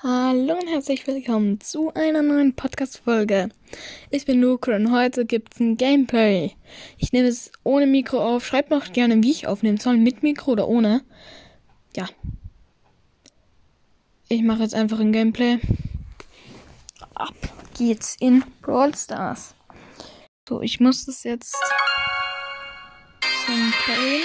Hallo und herzlich willkommen zu einer neuen Podcast-Folge. Ich bin Luke und heute gibt's ein Gameplay. Ich nehme es ohne Mikro auf. Schreibt noch gerne, wie ich aufnehmen soll, mit Mikro oder ohne. Ja. Ich mache jetzt einfach ein Gameplay. Ab geht's in Brawl Stars. So, ich muss das jetzt carryen.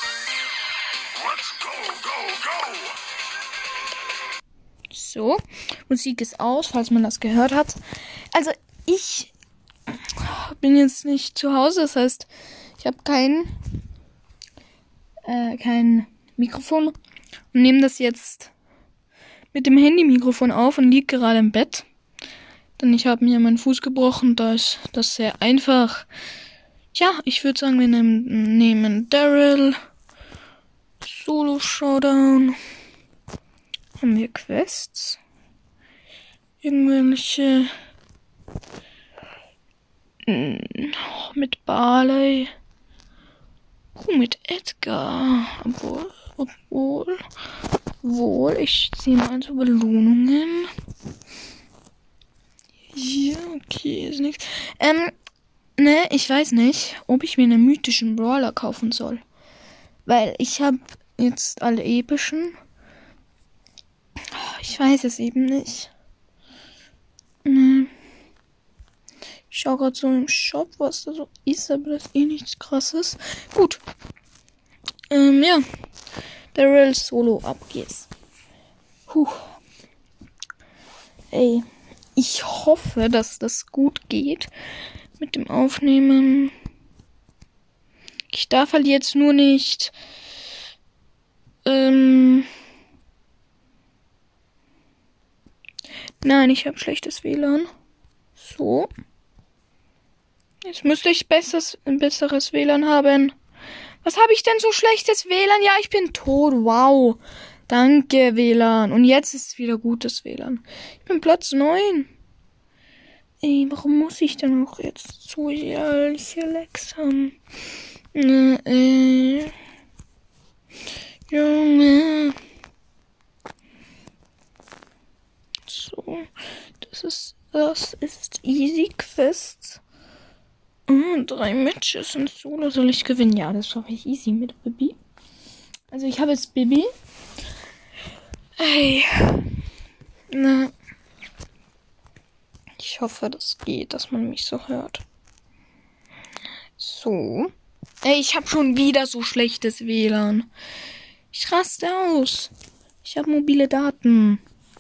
So, Musik ist aus, falls man das gehört hat. Also, ich bin jetzt nicht zu Hause, das heißt, ich habe kein Mikrofon und nehme das jetzt mit dem Handy-Mikrofon auf und liege gerade im Bett. Denn ich habe mir meinen Fuß gebrochen, da ist das sehr einfach. Ja, ich würde sagen, wir nehmen Daryl, Solo Showdown. Haben wir Quests? Irgendwelche mit Barley. Mit Edgar. Obwohl, ich ziehe mal so Belohnungen. Ja, okay, ist nichts. Ich weiß nicht, ob ich mir einen mythischen Brawler kaufen soll. Weil ich habe jetzt alle epischen. Ich weiß es eben nicht. Ich schaue gerade so im Shop, was da so ist, aber das ist eh nichts Krasses. Gut. Ja. Daryl Solo, ab geht's. Ey, ich hoffe, dass das gut geht mit dem Aufnehmen. Ich darf halt jetzt nur nicht Nein, ich habe schlechtes WLAN. So. Jetzt müsste ich ein besseres WLAN haben. Was habe ich denn so schlechtes WLAN? Ja, ich bin tot. Wow. Danke, WLAN. Und jetzt ist wieder gutes WLAN. Ich bin Platz 9. Ey, warum muss ich denn auch jetzt so jährliche Lags haben? Junge. So, das ist Easy Quests. 3 Matches in Solo. Soll ich gewinnen? Ja, das schaffe ich easy mit Bibi. Also ich habe jetzt Bibi. Ey. Na. Ich hoffe, das geht, dass man mich so hört. So. Ey, ich habe schon wieder so schlechtes WLAN. Ich raste aus. Ich habe mobile Daten.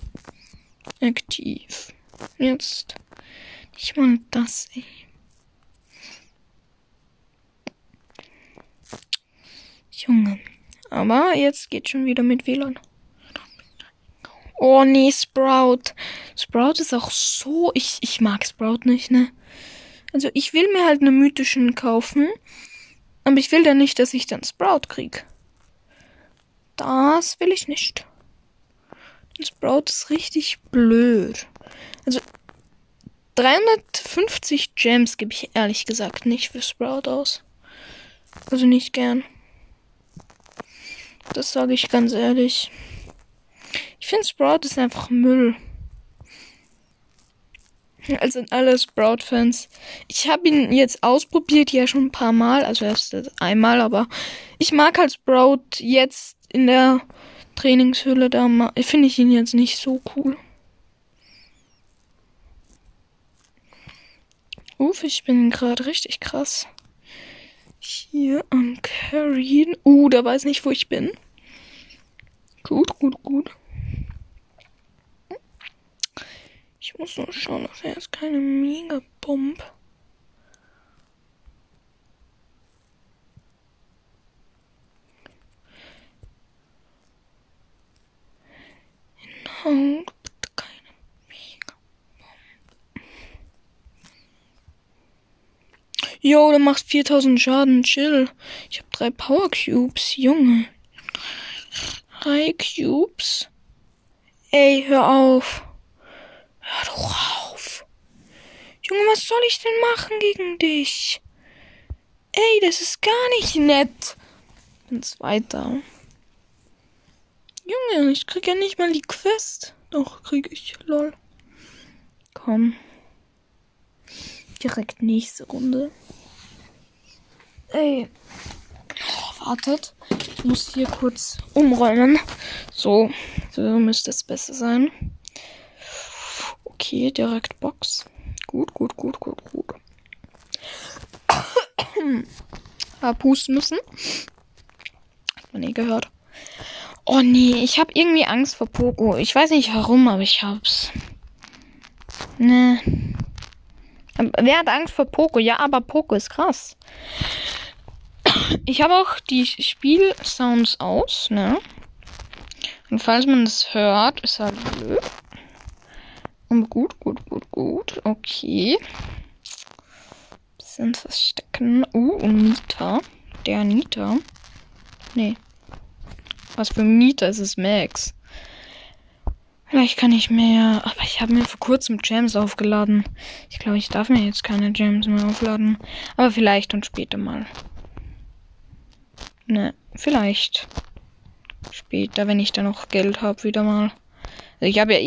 Aktiv. Jetzt. Nicht mal das, ey. Junge. Aber jetzt geht schon wieder mit WLAN. Oh nee, Sprout. Sprout ist auch so... Ich mag Sprout nicht, ne? Also ich will mir halt einen mythischen kaufen. Aber ich will dann nicht, dass ich dann Sprout krieg. Das will ich nicht. Sprout ist richtig blöd. Also 350 Gems gebe ich ehrlich gesagt nicht für Sprout aus. Also nicht gern. Das sage ich ganz ehrlich. Ich finde Sprout ist einfach Müll. Also alle Sprout-Fans. Ich habe ihn jetzt ausprobiert, ja schon ein paar Mal. Also erst einmal, aber ich mag halt Sprout jetzt in der Trainingshülle. Da finde ich ihn jetzt nicht so cool. Ich bin gerade richtig krass. Hier am Carryen. Der weiß nicht, wo ich bin. Gut. Ich muss nur schauen, dass er ist keine Mega-Bomb. Bitte keine Mega-Bomb. Jo, der macht 4000 Schaden. Chill. Ich habe 3 Power Cubes. Junge. 3 Cubes. Ey, hör auf. Hör doch auf. Junge, was soll ich denn machen gegen dich? Ey, das ist gar nicht nett. Ich bin Zweiter. Junge, ich krieg ja nicht mal die Quest. Doch, krieg ich. Lol. Komm. Direkt nächste Runde. Ey. Oh, wartet. Ich muss hier kurz umräumen. So müsste es besser sein. Okay, direkt Box. Gut. Pusten müssen. Hat man gehört. Oh nee, ich habe irgendwie Angst vor Poco. Ich weiß nicht warum, aber ich hab's. Ne. Wer hat Angst vor Poco? Ja, aber Poco ist krass. Ich habe auch die Spielsounds aus, ne? Und falls man das hört, ist halt blöd. Und gut. Okay. Bisschen verstecken. Nita. Der Nita. Nee. Was für ein Nita ist es, Max? Vielleicht kann ich mehr. Aber ich habe mir vor kurzem Gems aufgeladen. Ich glaube, ich darf mir jetzt keine Gems mehr aufladen. Aber vielleicht und später mal. Ne, vielleicht. Später, wenn ich da noch Geld habe, wieder mal. Also ich habe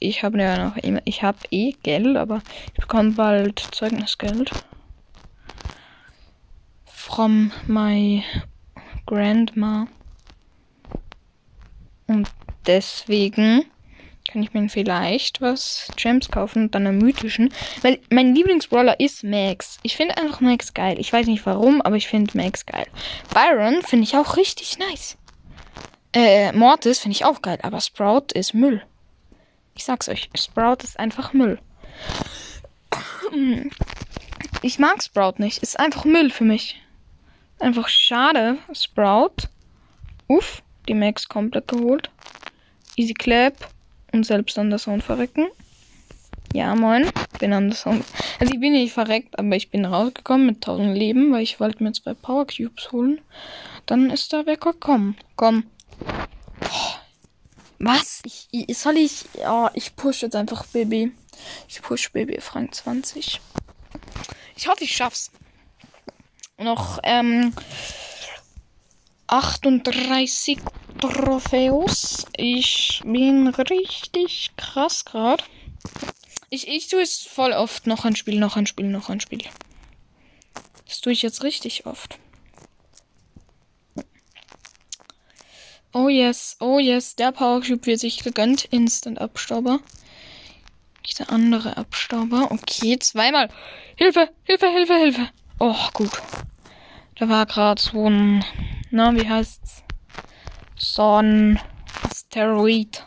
Geld, aber ich bekomme bald Zeugnisgeld. From my grandma. Und deswegen kann ich mir vielleicht was Gems kaufen und dann einen mythischen. Weil mein Lieblingsbrawler ist Max. Ich finde einfach Max geil. Ich weiß nicht warum, aber ich finde Max geil. Byron finde ich auch richtig nice. Mortis finde ich auch geil, aber Sprout ist Müll. Ich sag's euch, Sprout ist einfach Müll. Ich mag Sprout nicht. Ist einfach Müll für mich. Einfach schade. Sprout. Uff, die Max komplett geholt. Easy Clap. Und selbst Anderson verrecken. Ja, moin. Bin Anderson. Also ich bin nicht verreckt, aber ich bin rausgekommen mit 1000 Leben, weil ich wollte mir 2 Power Cubes holen. Dann ist da wer gekommen. Komm. Oh. Was? Ich push jetzt einfach Baby. Ich push Baby Frank 20. Ich hoffe, ich schaff's. Noch 38 Trophäus. Ich bin richtig krass gerade. Ich tue es voll oft. Noch ein Spiel. Das tue ich jetzt richtig oft. Oh yes. Der Power Cube wird sich gegönnt. Instant Abstauber. Dieser andere Abstauber. Okay, zweimal. Hilfe. Oh, gut. Da war gerade so ein... Na, wie heißt's? So ein Asteroid.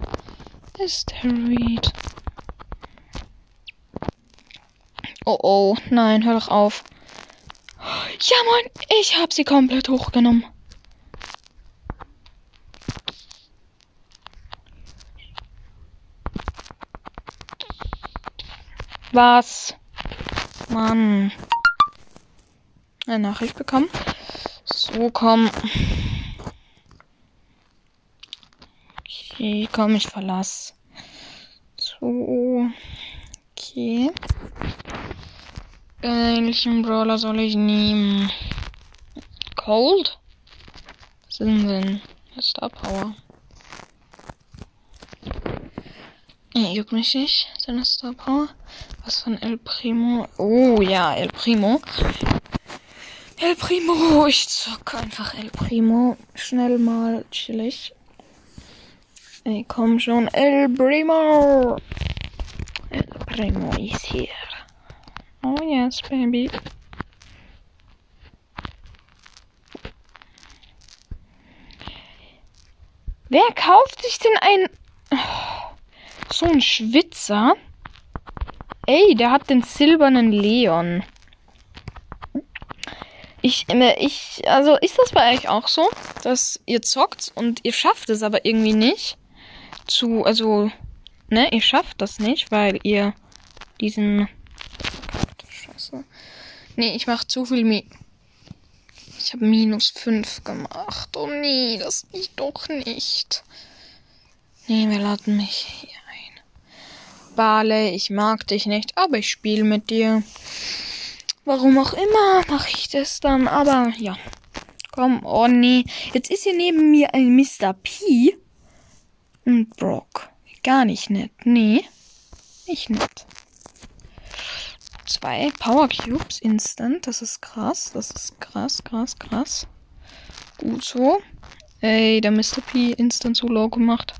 Oh, nein, hör doch auf. Ja, moin, ich hab sie komplett hochgenommen. Was? Mann. Eine Nachricht bekommen. So, komm. Okay, komm, ich verlass. So. Okay. Welchen Brawler soll ich nehmen? Cold? Was ist denn? Star Power. Juckt mich nicht. Seine Star Power. Was von El Primo? Oh ja, El Primo. Ich zocke einfach El Primo. Schnell mal chillig. Ey, komm schon. El Primo is here. Oh yes, baby. Wer kauft sich denn so ein Schwitzer? Ey, der hat den silbernen Leon. Also ist das bei euch auch so, dass ihr zockt und ihr schafft es aber irgendwie nicht ihr schafft das nicht, weil ihr diesen Scheiße. Nee, ich mach zu viel Ich habe -5 gemacht. Oh nee, das geht doch nicht. Nee, wir laden mich hier ein. Bale, ich mag dich nicht, aber ich spiele mit dir. Warum auch immer mache ich das dann, aber ja. Komm, oh nee. Jetzt ist hier neben mir ein Mr. P. Und Brock. Gar nicht nett. Nee. Nicht nett. 2 Power Cubes instant. Das ist krass. Das ist krass. Gut so. Ey, der Mr. P instant so low gemacht.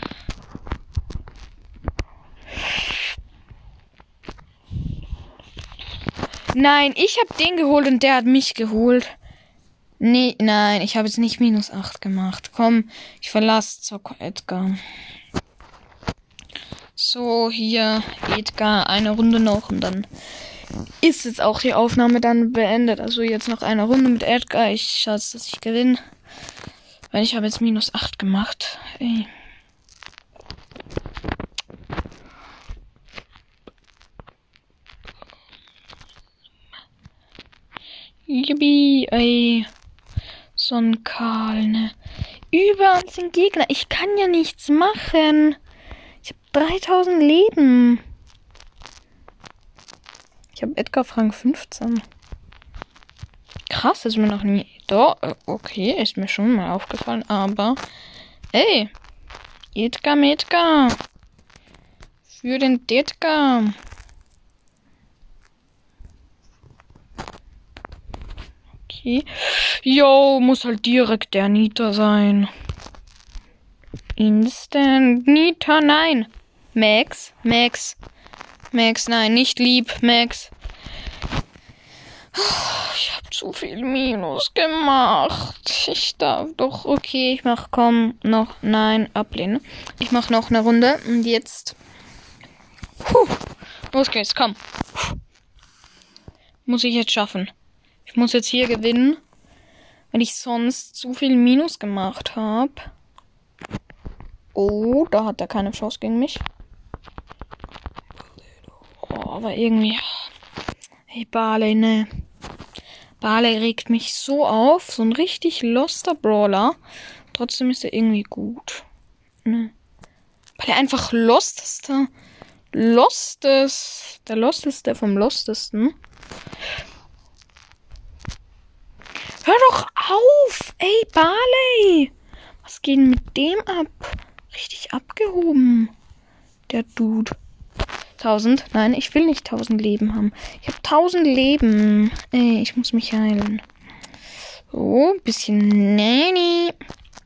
Nein, ich habe den geholt und der hat mich geholt. Nee, nein, ich habe jetzt nicht -8 gemacht. Komm, ich verlasse Zocker Edgar. So, hier, Edgar, eine Runde noch und dann ist jetzt auch die Aufnahme dann beendet. Also jetzt noch eine Runde mit Edgar. Ich schätze, dass ich gewinne. Weil ich habe jetzt -8 gemacht. Ey. Yippie, ey. So ein Karl, ne? Überall sind Gegner. Ich kann ja nichts machen. Ich habe 3000 Leben. Ich habe Edgar Frank 15. Krass, ist mir noch nie... Doch, okay, ist mir schon mal aufgefallen, aber... Ey, Edgar Medgar. Für den Edgar. Okay. Yo, muss halt direkt der Nita sein. Instant Nita, nein. Max, nein, nicht lieb, Max. Ich habe zu viel Minus gemacht. Ich darf doch, okay, ich mach, komm, noch, nein, ablehnen. Ich mach noch eine Runde und jetzt. Los geht's, komm. Muss ich jetzt schaffen. Ich muss jetzt hier gewinnen, weil ich sonst zu viel Minus gemacht habe. Oh, da hat er keine Chance gegen mich. Oh, aber irgendwie... Hey, Barley, ne. Barley regt mich so auf. So ein richtig loster Brawler. Trotzdem ist er irgendwie gut. Ne. Weil er einfach lostester. Der losteste vom lostesten. Hör doch auf! Ey, Barley! Was geht denn mit dem ab? Richtig abgehoben. Der Dude. 1000? Nein, ich will nicht 1000 Leben haben. Ich habe 1000 Leben. Ey, ich muss mich heilen. So, ein bisschen Nani.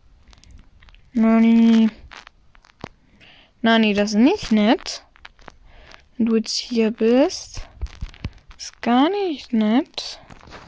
Nani, das ist nicht nett. Wenn du jetzt hier bist. Ist gar nicht nett.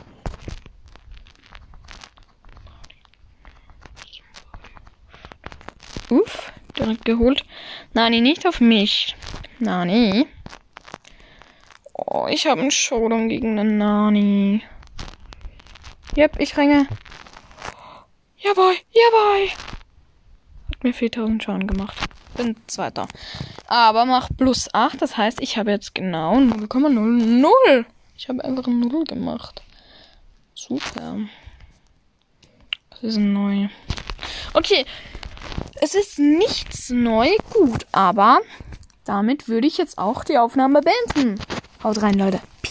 Uff, direkt geholt. Nani, nicht auf mich. Nani. Oh, ich habe einen Showdown gegen den Nani. Yep, ich renne. Jawohl. Hat mir 4000 Schaden gemacht. Bin Zweiter. Aber mach +8, das heißt, ich habe jetzt genau 0,00. Ich habe einfach 0 gemacht. Super. Das ist neu. Okay. Es ist nichts neu, gut, aber damit würde ich jetzt auch die Aufnahme beenden. Haut rein, Leute. Peace.